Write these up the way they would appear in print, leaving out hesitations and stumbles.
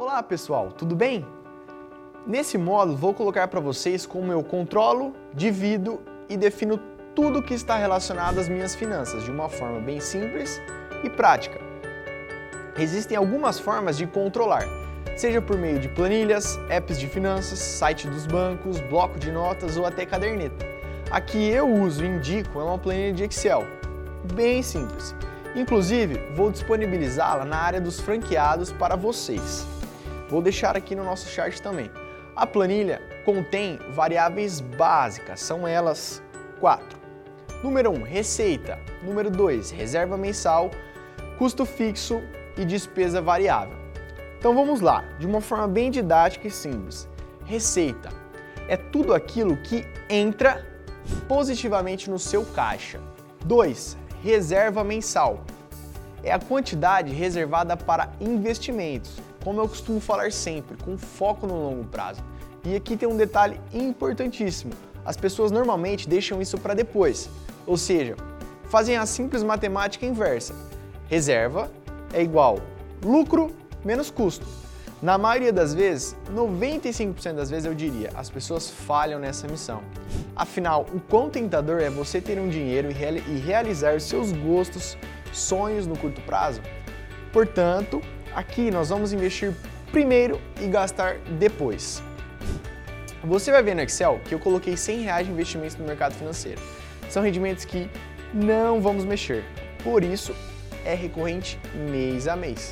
Olá pessoal, tudo bem? Nesse módulo vou colocar para vocês como eu controlo, divido e defino tudo que está relacionado às minhas finanças de uma forma bem simples e prática. Existem algumas formas de controlar, seja por meio de planilhas, apps de finanças, site dos bancos, bloco de notas ou até caderneta. A que eu uso e indico é uma planilha de Excel, bem simples. Inclusive, vou disponibilizá-la na área dos franqueados para vocês. Vou deixar aqui no nosso chart também. A planilha contém variáveis básicas, são elas 4. Número 1, receita. Número 2, reserva mensal, custo fixo e despesa variável. Então vamos lá, de uma forma bem didática e simples. Receita é tudo aquilo que entra positivamente no seu caixa. 2, reserva mensal é a quantidade reservada para investimentos, como eu costumo falar sempre, com foco no longo prazo. E aqui tem um detalhe importantíssimo, as pessoas normalmente deixam isso para depois, ou seja, fazem a simples matemática inversa. Reserva é igual lucro menos custo. Na maioria das vezes, 95% das vezes eu diria, as pessoas falham nessa missão. Afinal, o quão tentador é você ter um dinheiro e realizar seus gostos, sonhos no curto prazo? Portanto, aqui nós vamos investir primeiro e gastar depois. Você vai ver no Excel que eu coloquei R$100 de investimentos no mercado financeiro. São rendimentos que não vamos mexer, por isso é recorrente mês a mês.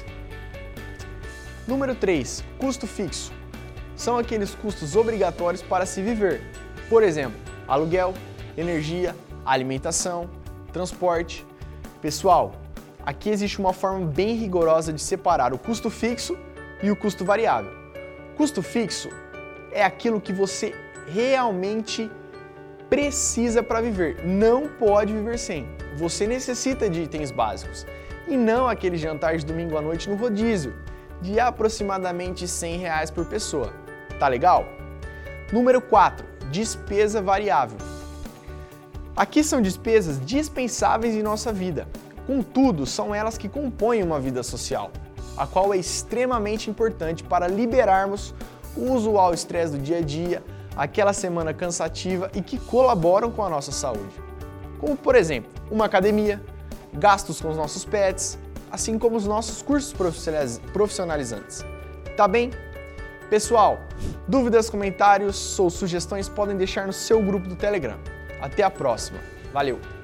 Número 3, custo fixo. São aqueles custos obrigatórios para se viver. Por exemplo, aluguel, energia, alimentação, transporte. Pessoal, aqui existe uma forma bem rigorosa de separar o custo fixo e o custo variável. Custo fixo é aquilo que você realmente precisa para viver, não pode viver sem. Você necessita de itens básicos e não aquele jantar de domingo à noite no rodízio, de aproximadamente R$100 por pessoa. Tá legal? Número 4, despesa variável. Aqui são despesas dispensáveis em nossa vida. Contudo, são elas que compõem uma vida social, a qual é extremamente importante para liberarmos o usual estresse do dia a dia, aquela semana cansativa e que colaboram com a nossa saúde. Como, por exemplo, uma academia, gastos com os nossos pets, assim como os nossos cursos profissionalizantes. Tá bem? Pessoal, dúvidas, comentários ou sugestões podem deixar no seu grupo do Telegram. Até a próxima. Valeu!